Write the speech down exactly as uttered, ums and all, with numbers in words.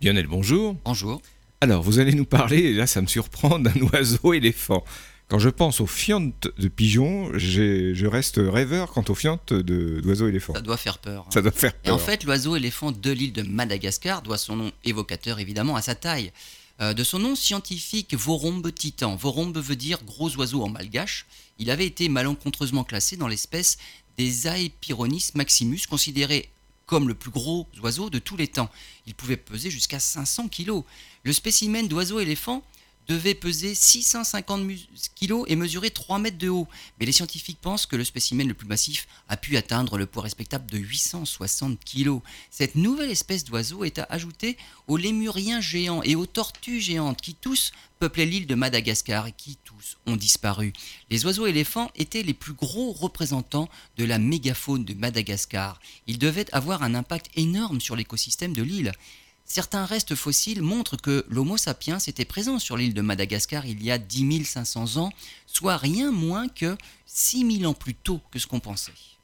Lionel, bonjour. Bonjour. Alors, vous allez nous parler, et là ça me surprend, d'un oiseau éléphant. Quand je pense aux fientes de pigeons, j'ai- je reste rêveur quant aux fientes de- d'oiseaux éléphants. Ça doit faire peur, hein. Ça doit faire Et en peur. fait, l'oiseau éléphant de l'île de Madagascar doit son nom évocateur évidemment à sa taille. Euh, de son nom scientifique Vorombe titan. Vorombe veut dire gros oiseau en malgache. Il avait été malencontreusement classé dans l'espèce des Aepyronis maximus, considéré comme le plus gros oiseau de tous les temps. Il pouvait peser jusqu'à cinq cents kilos. Le spécimen d'oiseau éléphant devait peser six cent cinquante kilos et mesurer trois mètres de haut. Mais les scientifiques pensent que le spécimen le plus massif a pu atteindre le poids respectable de huit cent soixante kilos. Cette nouvelle espèce d'oiseau est à ajouter aux lémuriens géants et aux tortues géantes qui tous peuplaient l'île de Madagascar et qui tous ont disparu. Les oiseaux éléphants étaient les plus gros représentants de la mégafaune de Madagascar. Ils devaient avoir un impact énorme sur l'écosystème de l'île. Certains restes fossiles montrent que l'Homo sapiens était présent sur l'île de Madagascar il y a dix mille cinq cents ans, soit rien moins que six mille ans plus tôt que ce qu'on pensait.